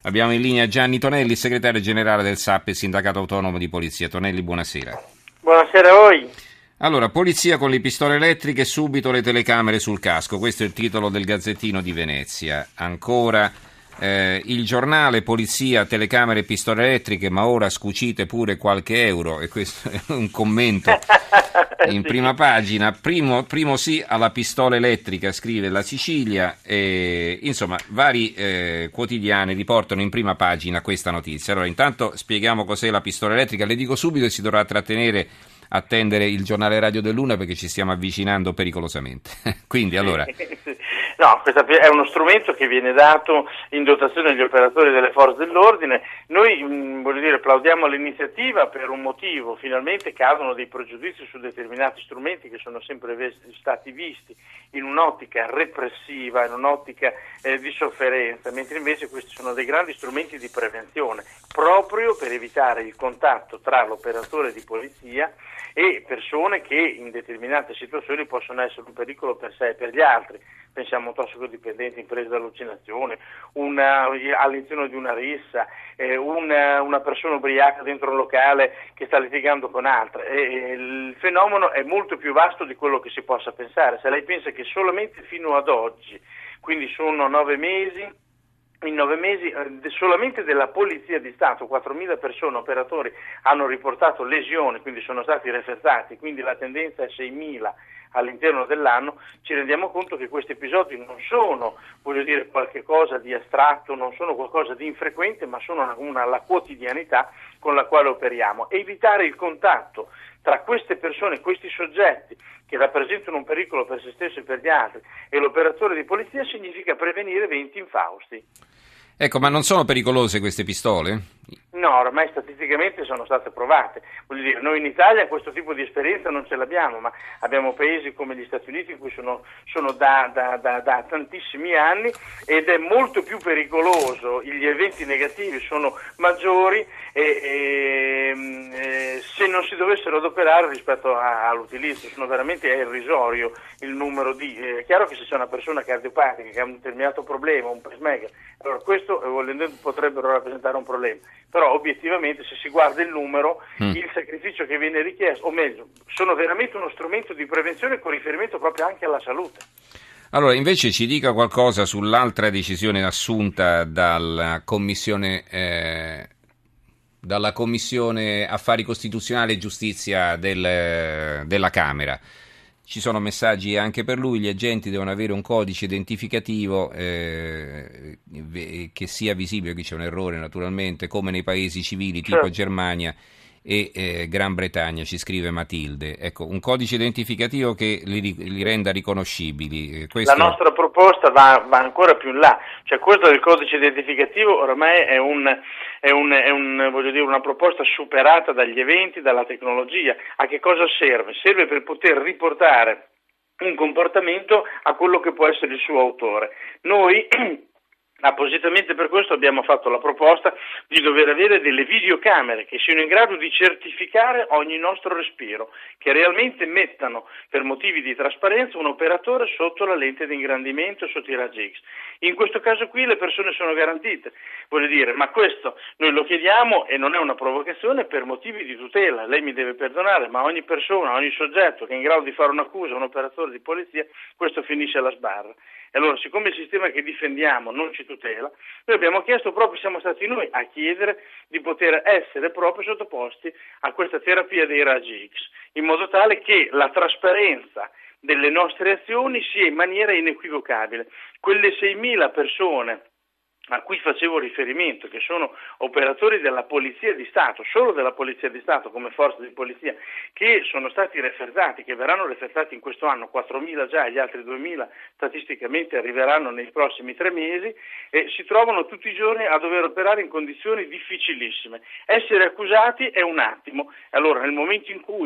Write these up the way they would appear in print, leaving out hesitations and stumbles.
Abbiamo in linea Gianni Tonelli, segretario generale del SAP, il Sindacato Autonomo di Polizia. Tonelli, buonasera. Buonasera a voi. Allora, polizia con le pistole elettriche, subito le telecamere sul casco. Questo è il titolo del Gazzettino di Venezia. Ancora il giornale, polizia, telecamere e pistole elettriche, ma ora scucite pure qualche euro. E questo è un commento in prima pagina. Primo sì alla pistola elettrica, scrive La Sicilia. Insomma, vari quotidiani riportano in prima pagina questa notizia. Allora, intanto spieghiamo cos'è la pistola elettrica. Le dico subito e si dovrà trattenere attendere il giornale radio dell'una perché ci stiamo avvicinando pericolosamente. Quindi, allora... No, questo è uno strumento che viene dato in dotazione agli operatori delle forze dell'ordine. Noi, plaudiamo all'iniziativa per un motivo: finalmente cadono dei pregiudizi su determinati strumenti che sono sempre stati visti in un'ottica repressiva, in un'ottica di sofferenza, mentre invece questi sono dei grandi strumenti di prevenzione, proprio per evitare il contatto tra l'operatore di polizia e persone che in determinate situazioni possono essere un pericolo per sé e per gli altri. Pensiamo a un tossicodipendente in presa d'allucinazione, all'interno di una rissa, una persona ubriaca dentro un locale che sta litigando con altre. Il fenomeno è molto più vasto di quello che si possa pensare. Se lei pensa che solamente fino ad oggi, quindi sono 9 mesi, in 9 mesi solamente della Polizia di Stato 4.000 persone, operatori, hanno riportato lesioni, quindi sono stati refertati, quindi la tendenza è 6.000 all'interno dell'anno. Ci rendiamo conto che questi episodi non sono, qualche cosa di astratto, non sono qualcosa di infrequente, ma sono la quotidianità con la quale operiamo. Evitare il contatto tra queste persone, questi soggetti che rappresentano un pericolo per se stesso e per gli altri e l'operatore di polizia significa prevenire eventi infausti. Ecco, ma non sono pericolose queste pistole? No, ormai statisticamente sono state provate. Noi in Italia questo tipo di esperienza non ce l'abbiamo, ma abbiamo paesi come gli Stati Uniti in cui sono da tantissimi anni, ed è molto più pericoloso, gli eventi negativi sono maggiori se non si dovessero adoperare rispetto all'utilizzo. Sono veramente irrisorio il numero di... È chiaro che se c'è una persona cardiopatica che ha un determinato problema, un pacemaker, allora questo potrebbero rappresentare un problema. Però obiettivamente, se si guarda il numero, il sacrificio che viene richiesto, o meglio, sono veramente uno strumento di prevenzione con riferimento proprio anche alla salute. Allora, invece ci dica qualcosa sull'altra decisione assunta dalla Commissione Affari Costituzionali e Giustizia della Camera. Ci sono messaggi anche per lui: gli agenti devono avere un codice identificativo che sia visibile, qui c'è un errore naturalmente, come nei paesi civili tipo Germania e Gran Bretagna, ci scrive Matilde. Ecco, un codice identificativo che li renda riconoscibili. La nostra proposta va ancora più in là, cioè questo del codice identificativo ormai è una proposta superata dagli eventi, dalla tecnologia. A che cosa serve? Serve per poter riportare un comportamento a quello che può essere il suo autore. Noi appositamente per questo abbiamo fatto la proposta di dover avere delle videocamere che siano in grado di certificare ogni nostro respiro, che realmente mettano, per motivi di trasparenza, un operatore sotto la lente di ingrandimento, sotto i raggi X. In questo caso qui le persone sono garantite, ma questo noi lo chiediamo e non è una provocazione, per motivi di tutela. Lei mi deve perdonare, ma ogni persona, ogni soggetto che è in grado di fare un'accusa a un operatore di polizia, questo finisce alla sbarra. E allora, siccome il sistema che difendiamo non ci tutela, noi abbiamo chiesto siamo stati noi a chiedere di poter essere proprio sottoposti a questa terapia dei raggi X, in modo tale che la trasparenza delle nostre azioni sia in maniera inequivocabile. Quelle 6.000 persone a cui facevo riferimento, che sono operatori della Polizia di Stato, solo della Polizia di Stato come forza di polizia, che sono stati refertati, che verranno refertati in questo anno, 4.000 già, e gli altri 2.000 statisticamente arriveranno nei prossimi 3 mesi, e si trovano tutti i giorni a dover operare in condizioni difficilissime. Essere accusati è un attimo, allora nel momento in cui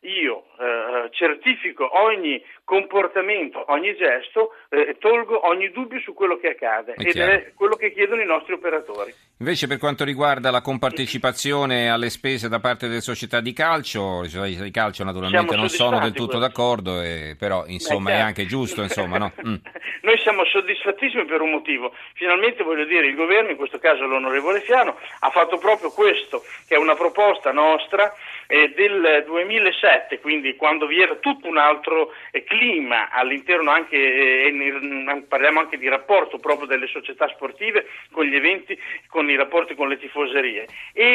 io certifico ogni comportamento, ogni gesto, tolgo ogni dubbio su quello che accade è quello che chiedono i nostri operatori. Invece per quanto riguarda la compartecipazione alle spese da parte delle società di calcio, le società di calcio naturalmente non sono del tutto d'accordo, però insomma è anche giusto, insomma, no? Noi siamo soddisfattissimi per un motivo. Finalmente, voglio dire, il governo, in questo caso l'onorevole Fiano, ha fatto proprio questo, che è una proposta nostra del 2007, quindi quando vi era tutto un altro clima all'interno anche, parliamo anche di rapporto proprio delle società sportive con gli eventi, con i rapporti con le tifoserie.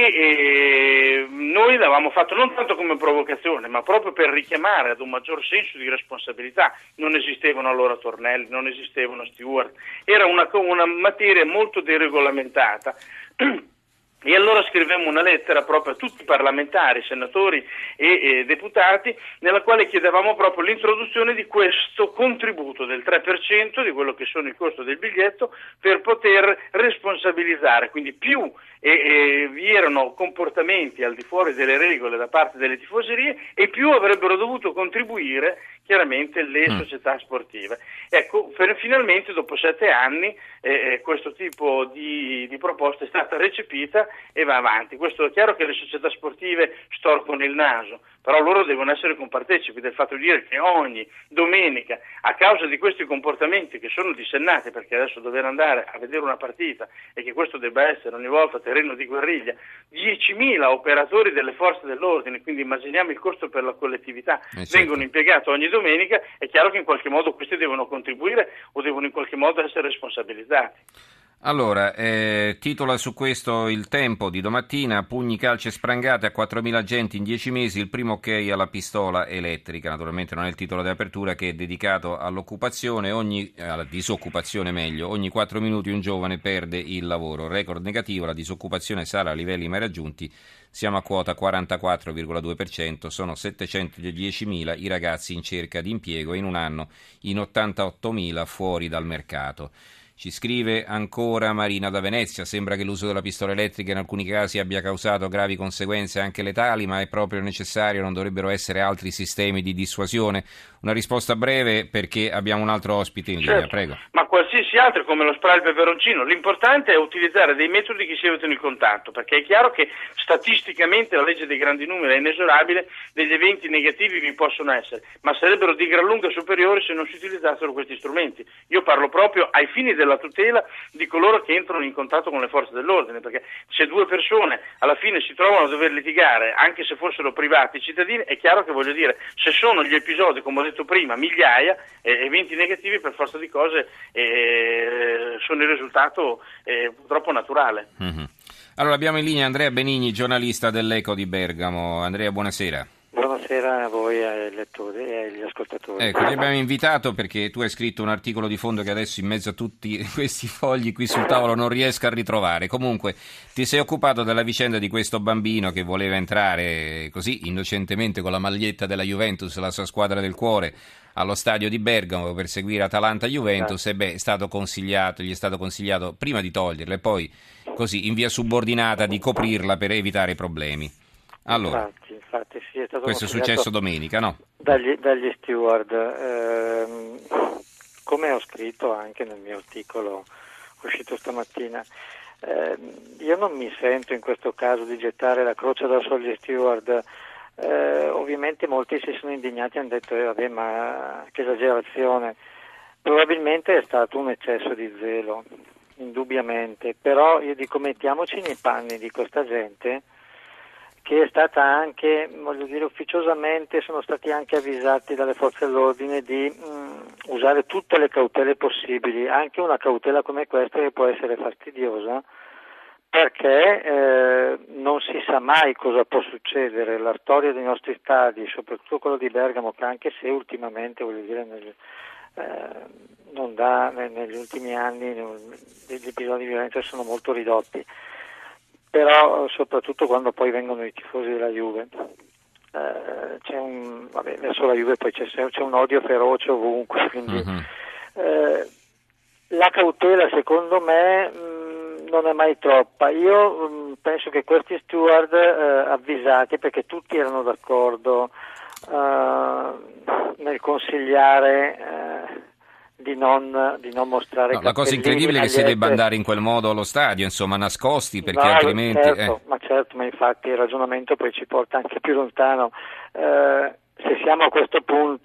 E noi l'avevamo fatto non tanto come provocazione, ma proprio per richiamare ad un maggior senso di responsabilità. Non esistevano allora tornelli, non esistevano steward, era una materia molto deregolamentata. E allora scrivemmo una lettera proprio a tutti i parlamentari, senatori e deputati, nella quale chiedevamo proprio l'introduzione di questo contributo del 3% di quello che sono il costo del biglietto per poter responsabilizzare, quindi più vi erano comportamenti al di fuori delle regole da parte delle tifoserie e più avrebbero dovuto contribuire chiaramente le società sportive. Ecco, finalmente dopo 7 anni questo tipo di proposta è stata recepita e va avanti. Questo è chiaro che le società sportive storcono il naso, però loro devono essere compartecipi del fatto di dire che ogni domenica, a causa di questi comportamenti che sono dissennati, perché adesso dover andare a vedere una partita e che questo debba essere ogni volta terreno di guerriglia, 10.000 operatori delle forze dell'ordine, quindi immaginiamo il costo per la collettività, vengono impiegati ogni domenica, è chiaro che in qualche modo questi devono contribuire o devono in qualche modo essere responsabilizzati. Allora, titola su questo Il Tempo di domattina: pugni, calci e sprangate a 4.000 agenti in 10 mesi, il primo ok alla pistola elettrica. Naturalmente non è il titolo di apertura, che è dedicato all'occupazione, alla disoccupazione meglio. Ogni 4 minuti un giovane perde il lavoro. Record negativo, la disoccupazione sale a livelli mai raggiunti, siamo a quota 44,2%, sono 710.000 i ragazzi in cerca di impiego e in un anno in 88.000 fuori dal mercato. Ci scrive ancora Marina da Venezia: sembra che l'uso della pistola elettrica in alcuni casi abbia causato gravi conseguenze anche letali, ma è proprio necessario? Non dovrebbero essere altri sistemi di dissuasione? Una risposta breve, perché abbiamo un altro ospite in linea, prego. Ma qualsiasi altro, come lo spray al peperoncino, l'importante è utilizzare dei metodi che si evitino il contatto, perché è chiaro che statisticamente la legge dei grandi numeri è inesorabile, degli eventi negativi vi possono essere, ma sarebbero di gran lunga superiori se non si utilizzassero questi strumenti. Io parlo proprio ai fini della tutela di coloro che entrano in contatto con le forze dell'ordine, perché se 2 persone alla fine si trovano a dover litigare, anche se fossero privati cittadini, è chiaro che, voglio dire, se sono gli episodi, come ho detto prima, migliaia, eventi negativi per forza di cose sono il risultato purtroppo naturale. Mm-hmm. Allora abbiamo in linea Andrea Benigni, giornalista dell'Eco di Bergamo. Andrea, buonasera. Buonasera a voi, ai lettori e agli ascoltatori. Ecco, ti abbiamo invitato perché tu hai scritto un articolo di fondo che adesso in mezzo a tutti questi fogli qui sul tavolo non riesco a ritrovare. Comunque ti sei occupato della vicenda di questo bambino che voleva entrare così innocentemente con la maglietta della Juventus, la sua squadra del cuore, allo stadio di Bergamo per seguire Atalanta-Juventus e gli è stato consigliato prima di toglierla e poi così in via subordinata di coprirla per evitare problemi. Allora, infatti sì, è stato questo è successo domenica, no? Dagli steward. Come ho scritto anche nel mio articolo uscito stamattina, io non mi sento in questo caso di gettare la croce addosso agli steward. Ovviamente molti si sono indignati e hanno detto vabbè, ma che esagerazione. Probabilmente è stato un eccesso di zelo, indubbiamente, però io dico, mettiamoci nei panni di questa gente che è stata anche, voglio dire, ufficiosamente sono stati anche avvisati dalle forze dell'ordine di usare tutte le cautele possibili, anche una cautela come questa che può essere fastidiosa, perché non si sa mai cosa può succedere. La storia dei nostri stadi, soprattutto quello di Bergamo, che anche se ultimamente, voglio dire, non dà, negli ultimi anni gli episodi di violenza sono molto ridotti, però soprattutto quando poi vengono i tifosi della Juve, verso la Juve poi c'è un odio feroce ovunque, quindi la cautela secondo me non è mai troppa. Io penso che questi steward avvisati, perché tutti erano d'accordo nel consigliare di non mostrare la cosa incredibile è che si debba andare in quel modo allo stadio, insomma, nascosti, perché altrimenti... Certo, ma infatti il ragionamento poi ci porta anche più lontano. Se siamo a questo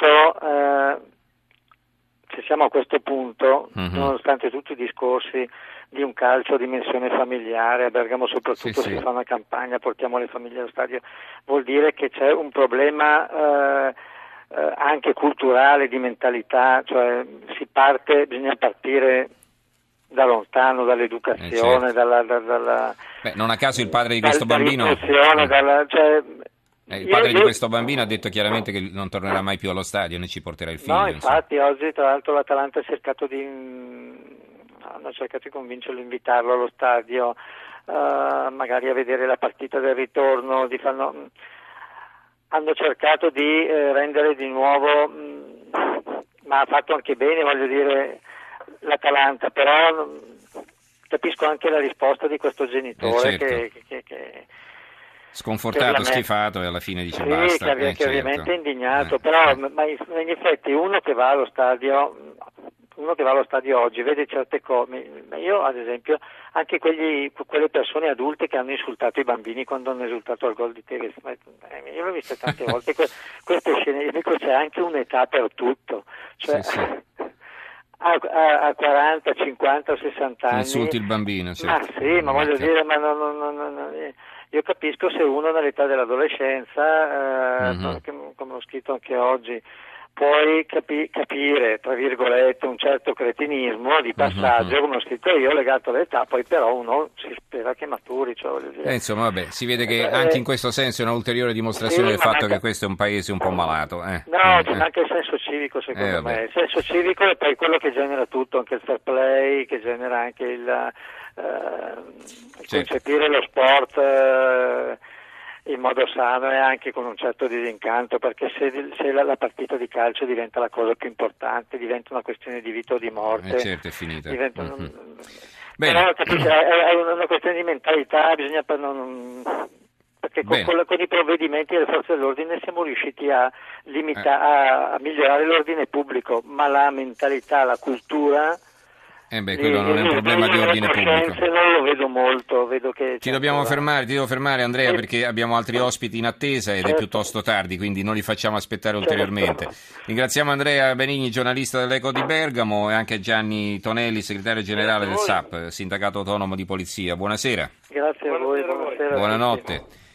punto, nonostante tutti i discorsi di un calcio a dimensione familiare, a Bergamo soprattutto si fa una campagna, portiamo le famiglie allo stadio, vuol dire che c'è un problema anche culturale, di mentalità, cioè bisogna partire da lontano, dall'educazione, dalla non a caso il padre di questo bambino... il padre di questo bambino ha detto chiaramente che non tornerà mai più allo stadio, né ci porterà il figlio. No, infatti oggi tra l'altro l'Atalanta ha cercato hanno cercato di convincerlo, invitarlo allo stadio, magari a vedere la partita del ritorno, hanno cercato di rendere di nuovo, ma ha fatto anche bene, voglio dire, l'Atalanta, però capisco anche la risposta di questo genitore che sconfortato, schifato, e alla fine dice basta. Che ovviamente è indignato, però ma in effetti uno che va allo stadio oggi vede certe cose. Io ad esempio anche quelle persone adulte che hanno insultato i bambini quando hanno esultato al gol di Tevez, io l'ho vista tante volte queste scene. Io dico, c'è anche un'età per tutto, cioè a 40, 50 o 60 anni insulti il bambino, ma voglio dire, io capisco se uno nell'età dell'adolescenza, come ho scritto anche oggi, puoi capire, tra virgolette, un certo cretinismo di passaggio, come ho scritto io, legato all'età, poi però uno si spera che maturi. Cioè, voglio dire. Insomma, vabbè, si vede che anche in questo senso è una ulteriore dimostrazione del fatto che questo è un paese un po' malato. C'è anche il senso civico, secondo me. Il senso civico è poi quello che genera tutto, anche il fair play, che genera anche il concepire lo sport in modo sano e anche con un certo disincanto, perché se la partita di calcio diventa la cosa più importante, diventa una questione di vita o di morte, certo, è finita. Bene. Però capisci, è una questione di mentalità, bisogna perché con i provvedimenti delle forze dell'ordine siamo riusciti a migliorare l'ordine pubblico, ma la mentalità, la cultura, quello non è un problema di ordine pubblico. Non lo vedo molto, vedo che ti devo fermare Andrea, perché abbiamo altri ospiti in attesa ed è piuttosto tardi, quindi non li facciamo aspettare ulteriormente. Ringraziamo Andrea Benigni, giornalista dell'Eco di Bergamo, e anche Gianni Tonelli, segretario generale del SAP, Sindacato Autonomo di Polizia. Buonasera. Grazie a voi, buonasera. Buonanotte.